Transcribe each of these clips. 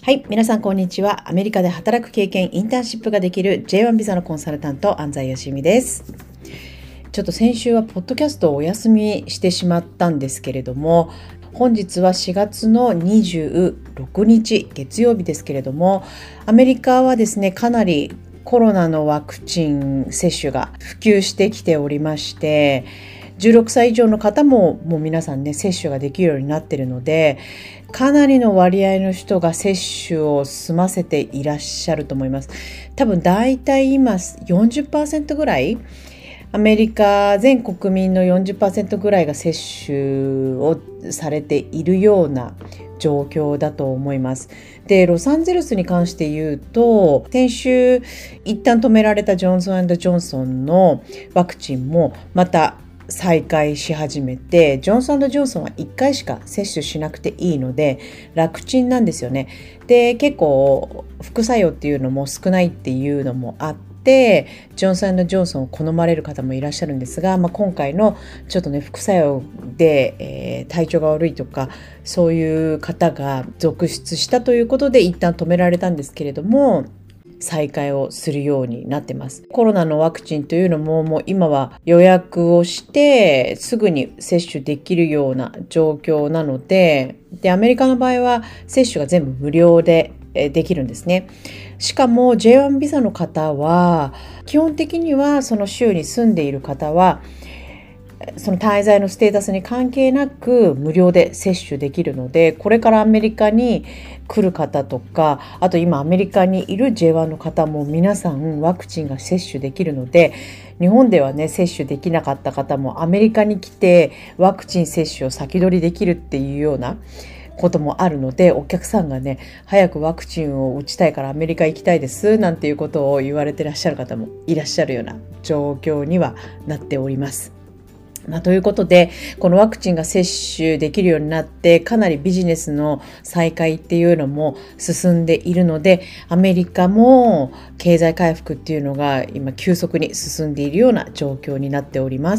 はい、皆さんこんにちは。アメリカで働く経験、インターンシップができる J1 ビザのコンサルタント、安西よしみです。ちょっと先週はポッドキャストをお休みしてしまったんですけれども、本日は4月の26日月曜日ですけれども、アメリカはですね、かなりコロナのワクチン接種が普及してきておりまして、16歳以上の方ももう皆さんね、接種ができるようになっているので、かなりの割合の人が接種を済ませていらっしゃると思います。多分だいたい今 40% ぐらい、アメリカ全国民の 40% ぐらいが接種をされているような状況だと思います。で、ロサンゼルスに関して言うと、先週一旦止められたジョンソン&ジョンソンのワクチンもまた再開し始めて、ジョンソン&ジョンソンは1回しか接種しなくていいので楽ちんなんですよね。で、結構副作用っていうのも少ないっていうのもあって、ジョンソン&ジョンソンを好まれる方もいらっしゃるんですが、今回のちょっとね、副作用で、体調が悪いとかそういう方が続出したということで一旦止められたんですけれども、再開をするようになってます。コロナのワクチンというのももう今は予約をしてすぐに接種できるような状況なので、アメリカの場合は接種が全部無料でできるんですね。しかも J1 ビザの方は基本的にはその州に住んでいる方はその滞在のステータスに関係なく無料で接種できるので、これからアメリカに来る方とか、あと今アメリカにいる J1 の方も皆さんワクチンが接種できるので、日本ではね接種できなかった方もアメリカに来てワクチン接種を先取りできるっていうようなこともあるので、お客さんがね早くワクチンを打ちたいからアメリカ行きたいですなんていうことを言われてらっしゃる方もいらっしゃるような状況にはなっております。ということで、このワクチンが接種できるようになってかなりビジネスの再開っていうのも進んでいるので、アメリカも経済回復っていうのが今急速に進んでいるような状況になっております。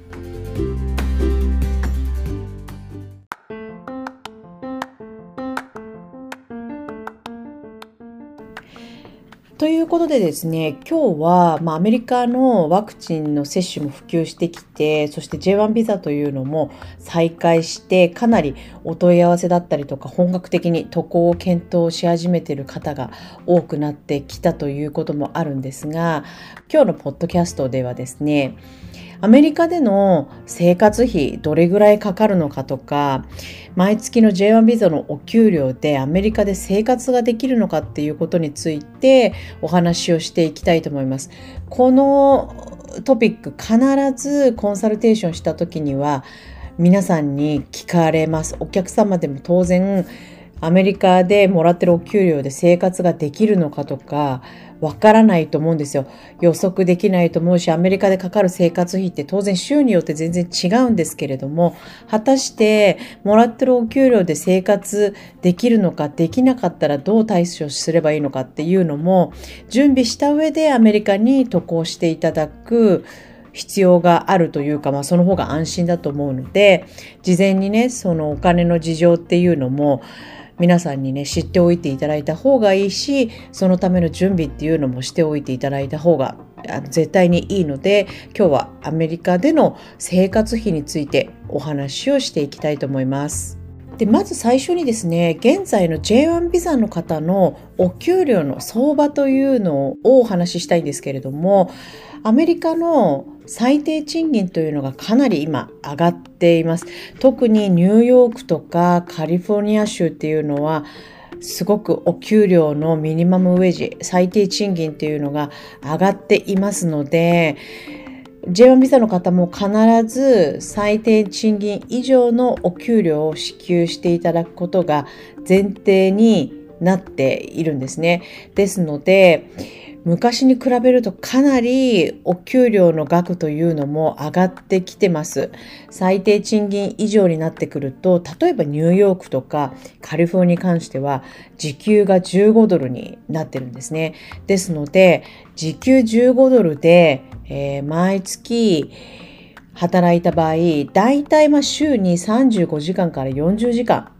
ということでですね、今日は、アメリカのワクチンの接種も普及してきて、そして J1 ビザというのも再開して、かなりお問い合わせだったりとか、本格的に渡航を検討し始めている方が多くなってきたということもあるんですが、今日のポッドキャストではですね、アメリカでの生活費どれぐらいかかるのかとか、毎月の J1 ビザのお給料でアメリカで生活ができるのかっていうことについてお話をしていきたいと思います。このトピック必ずコンサルテーションした時には皆さんに聞かれます。お客様でも当然アメリカでもらってるお給料で生活ができるのかとかわからないと思うんですよ。予測できないと思うし、アメリカでかかる生活費って当然州によって全然違うんですけれども、果たしてもらってるお給料で生活できるのか、できなかったらどう対処すればいいのかっていうのも準備した上でアメリカに渡航していただく必要があるというか、その方が安心だと思うので、事前にねそのお金の事情っていうのも皆さんにね知っておいていただいた方がいいし、そのための準備っていうのもしておいていただいた方が絶対にいいので、今日はアメリカでの生活費についてお話をしていきたいと思います。で、まず最初にですね、現在の J1 ビザの方のお給料の相場というのをお話ししたいんですけれども、アメリカの最低賃金というのがかなり今上がっています。特にニューヨークとかカリフォルニア州っていうのはすごくお給料のミニマムウェージ、最低賃金っていうのが上がっていますので、J1 ビザの方も必ず最低賃金以上のお給料を支給していただくことが前提になっているんですね。ですので、昔に比べるとかなりお給料の額というのも上がってきてます。最低賃金以上になってくると、例えばニューヨークとかカリフォルニアに関しては時給が15ドルになってるんですね。ですので、時給15ドルで、毎月働いた場合、だいたい週に35時間から40時間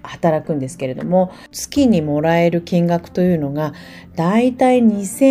働くんですけれども、月にもらえる金額というのがだいたい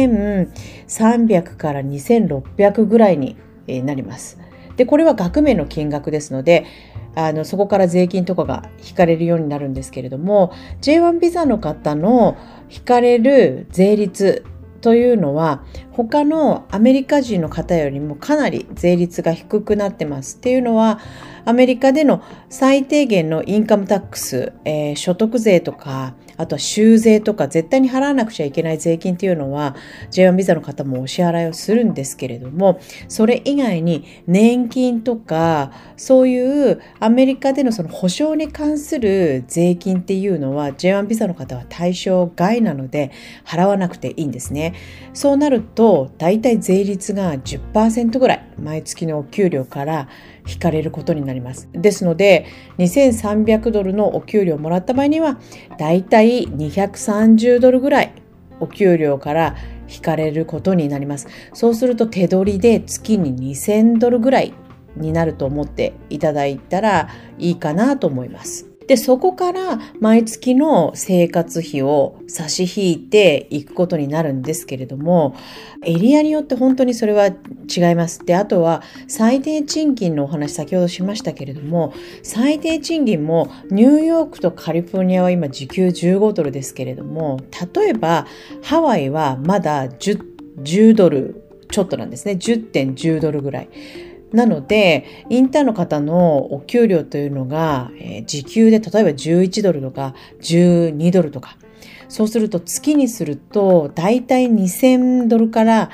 2300から2600ぐらいになります。で、これは額面の金額ですので、そこから税金とかが引かれるようになるんですけれども、J1 ビザの方の引かれる税率というのは他のアメリカ人の方よりもかなり税率が低くなってます。っていうのは、アメリカでの最低限のインカムタックス、所得税とか、あとは州税とか絶対に払わなくちゃいけない税金っていうのは J1 ビザの方もお支払いをするんですけれども、それ以外に年金とかそういうアメリカでのその保障に関する税金っていうのは J1 ビザの方は対象外なので払わなくていいんですね。そうなるとだいたい税率が 10% ぐらい毎月のお給料から引かれることになります。ですので2300ドルのお給料をもらった場合にはだいたい230ドルぐらいお給料から引かれることになります。そうすると手取りで月に2000ドルぐらいになると思っていただいたらいいかなと思います。で、そこから毎月の生活費を差し引いていくことになるんですけれども、エリアによって本当にそれは違います。で、あとは最低賃金のお話先ほどしましたけれども、最低賃金もニューヨークとカリフォルニアは今時給15ドルですけれども、例えばハワイはまだ10ドルちょっとなんですね。10.10 ドルぐらい。なので、インターンの方のお給料というのが、時給で例えば11ドルとか12ドルとか。そうすると月にするとだいたい2000ドルから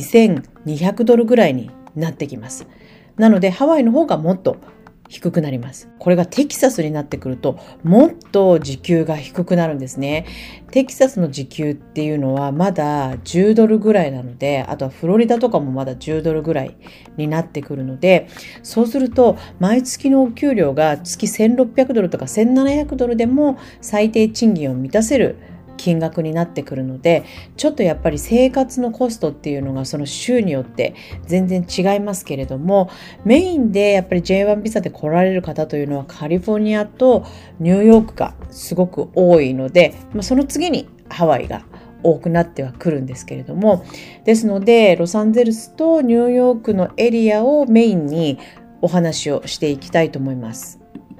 2200ドルぐらいになってきます。なのでハワイの方がもっと低くなります。これがテキサスになってくるともっと時給が低くなるんですね。テキサスの時給っていうのはまだ10ドルぐらいなので、あとはフロリダとかもまだ10ドルぐらいになってくるので、そうすると毎月のお給料が月1600ドルとか1700ドルでも最低賃金を満たせる金額になってくるので、ちょっとやっぱり生活のコストっていうのがその州によって全然違いますけれども、メインでやっぱり J1 ビザで来られる方というのはカリフォルニアとニューヨークがすごく多いので、その次にハワイが多くなってはくるんですけれども、ですのでロサンゼルスとニューヨークのエリアをメインにお話をしていきたいと思います。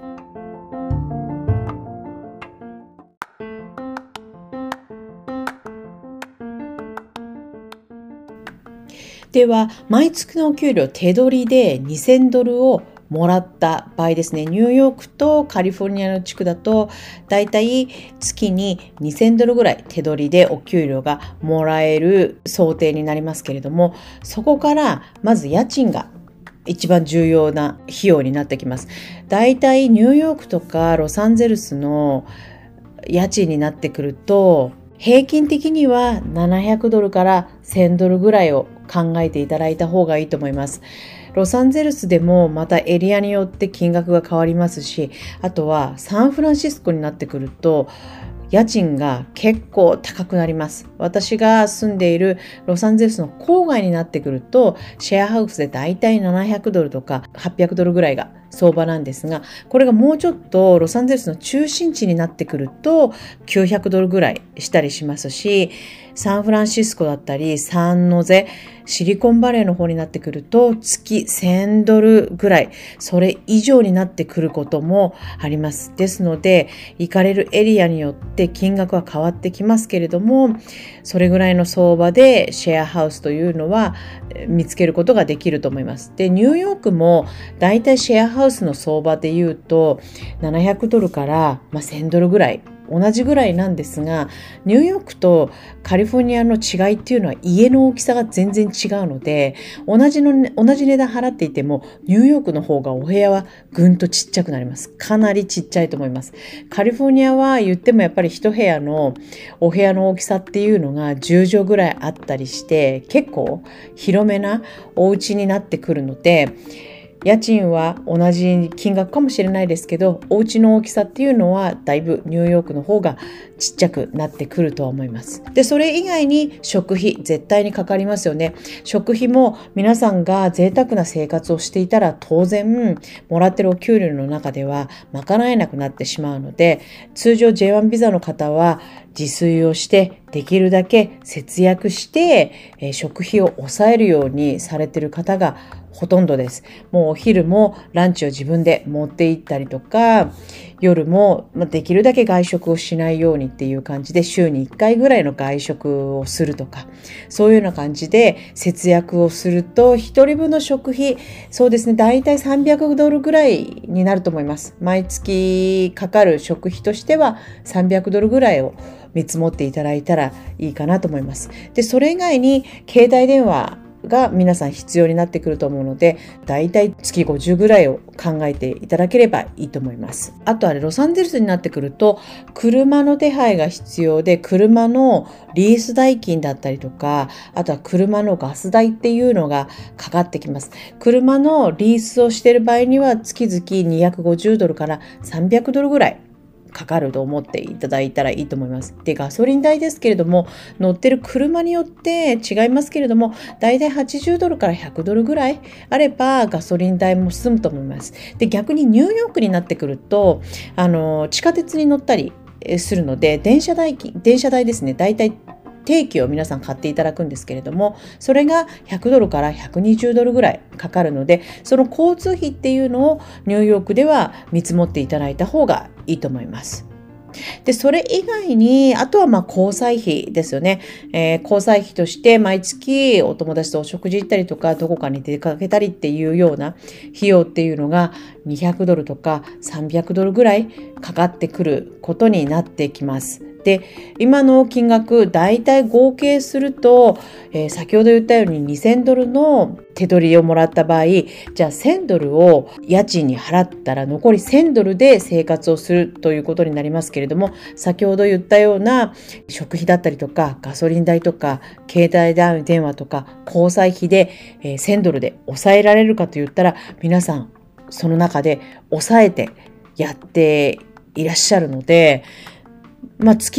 では、毎月のお給料手取りで2000ドルをもらった場合ですね、ニューヨークとカリフォルニアの地区だとだいたい月に2000ドルぐらい手取りでお給料がもらえる想定になりますけれども、そこからまず家賃が一番重要な費用になってきます。だいたいニューヨークとかロサンゼルスの家賃になってくると平均的には700ドルから1000ドルぐらいを考えていただいた方がいいと思います。ロサンゼルスでもまたエリアによって金額が変わりますし、あとはサンフランシスコになってくると家賃が結構高くなります。私が住んでいるロサンゼルスの郊外になってくるとシェアハウスでだいたい700ドルとか800ドルぐらいが相場なんですが、これがもうちょっとロサンゼルスの中心地になってくると900ドルぐらいしたりしますし、サンフランシスコだったりサンノゼ、シリコンバレーの方になってくると月1000ドルぐらい、それ以上になってくることもあります。ですので行かれるエリアによって金額は変わってきますけれども、それぐらいの相場でシェアハウスというのは見つけることができると思います。で、ニューヨークもだいたいシェアハウスの相場で言うと700ドルから1000ドルぐらい、同じぐらいなんですが、ニューヨークとカリフォルニアの違いっていうのは家の大きさが全然違うので、同じ値段払っていてもニューヨークの方がお部屋はぐんとちっちゃくなります。かなりちっちゃいと思います。カリフォルニアは言ってもやっぱり一部屋のお部屋の大きさっていうのが10畳ぐらいあったりして、結構広めなお家になってくるので、 家賃は同じ金額かもしれないですけど、お家の大きさっていうのはだいぶニューヨークの方がちっちゃくなってくるとは思います。で、それ以外に食費絶対にかかりますよね。食費も皆さんが贅沢な生活をしていたら当然もらってるお給料の中では賄えなくなってしまうので、通常 J1 ビザの方は自炊をしてできるだけ節約して、食費を抑えるようにされている方がほとんどです。もうお昼もランチを自分で持って行ったりとか、夜もできるだけ外食をしないようにっていう感じで週に1回ぐらいの外食をするとか、そういうような感じで節約をすると、一人分の食費、そうですね、だいたい$300ぐらいになると思います。毎月かかる食費としては$300ぐらいを見積もっていただいたらいいかなと思います。で、それ以外に携帯電話が皆さん必要になってくると思うので、だいたい月50ぐらいを考えていただければいいと思います。あとロサンゼルスになってくると車の手配が必要で、車のリース代金だったりとか、あとは車のガス代っていうのがかかってきます。車のリースをしている場合には月々$250から$300ぐらいかかると思っていただいたらいいと思います。で、ガソリン代ですけれども、乗ってる車によって違いますけれども、だいたい$80から$100ぐらいあればガソリン代も済むと思います。で、逆にニューヨークになってくると、地下鉄に乗ったりするので、電車代ですね、だいたい定期を皆さん買っていただくんですけれども、それが$100から$120ぐらいかかるので、その交通費っていうのをニューヨークでは見積もっていただいた方がいいと思います。で、それ以外に、あとは交際費ですよね。交際費として毎月お友達とお食事行ったりとか、どこかに出かけたりっていうような費用っていうのが$200とか$300ぐらいかかってくることになってきます。で、今の金額、だいたい合計すると、先ほど言ったように$2000の手取りをもらった場合、じゃあ$1000を家賃に払ったら残り$1000で生活をするということになりますけれども、先ほど言ったような食費だったりとか、ガソリン代とか、携帯電話とか、交際費で$1000で抑えられるかと言ったら、皆さんその中で抑えてやっていらっしゃるので、月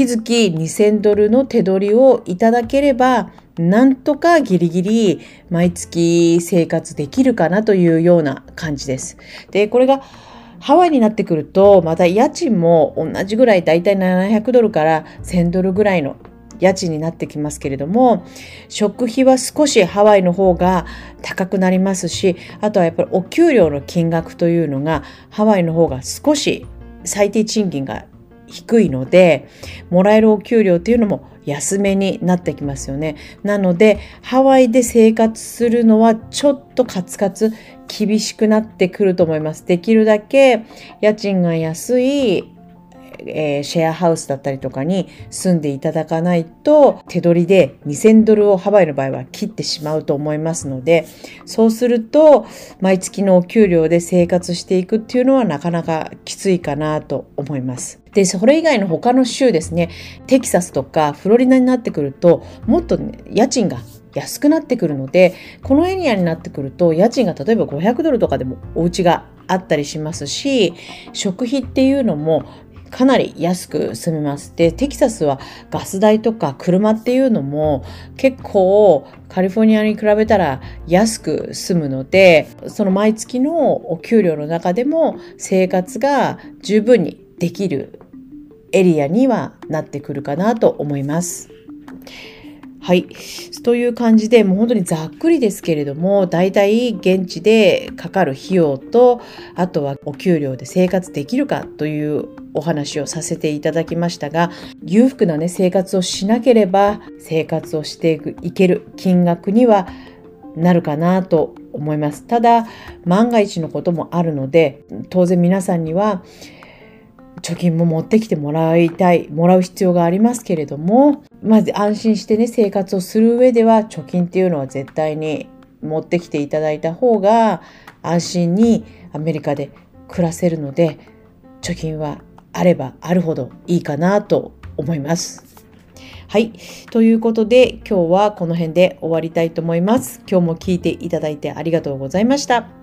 々$2000の手取りをいただければ、なんとかギリギリ毎月生活できるかなというような感じです。で、これがハワイになってくると、また家賃も同じぐらい、だいたい$700から$1000ぐらいの家賃になってきますけれども、食費は少しハワイの方が高くなりますし、あとはやっぱりお給料の金額というのがハワイの方が少し最低賃金が低いので、もらえるお給料っていうのも安めになってきますよね。なのでハワイで生活するのはちょっとカツカツ厳しくなってくると思います。できるだけ家賃が安いシェアハウスだったりとかに住んでいただかないと、手取りで$2000をハワイの場合は切ってしまうと思いますので、そうすると毎月のお給料で生活していくっていうのはなかなかきついかなと思います。で、それ以外の他の州ですね、テキサスとかフロリダになってくると、もっと家賃が安くなってくるので、このエリアになってくると家賃が例えば$500とかでもお家があったりしますし、食費っていうのもかなり安く済みます。で、テキサスはガス代とか車っていうのも結構カリフォルニアに比べたら安く済むので、その毎月のお給料の中でも生活が十分にできるエリアにはなってくるかなと思います。はい。という感じで、もう本当にざっくりですけれども、だいたい現地でかかる費用と、あとはお給料で生活できるかというお話をさせていただきましたが、裕福な生活をしなければ生活をしていける金額にはなるかなと思います。ただ、万が一のこともあるので、当然皆さんには貯金も持ってきてもらう必要がありますけれども、まず安心して生活をする上では貯金っていうのは絶対に持ってきていただいた方が安心にアメリカで暮らせるので、貯金はあればあるほどいいかなと思います。はい。ということで今日はこの辺で終わりたいと思います。今日も聞いていただいてありがとうございました。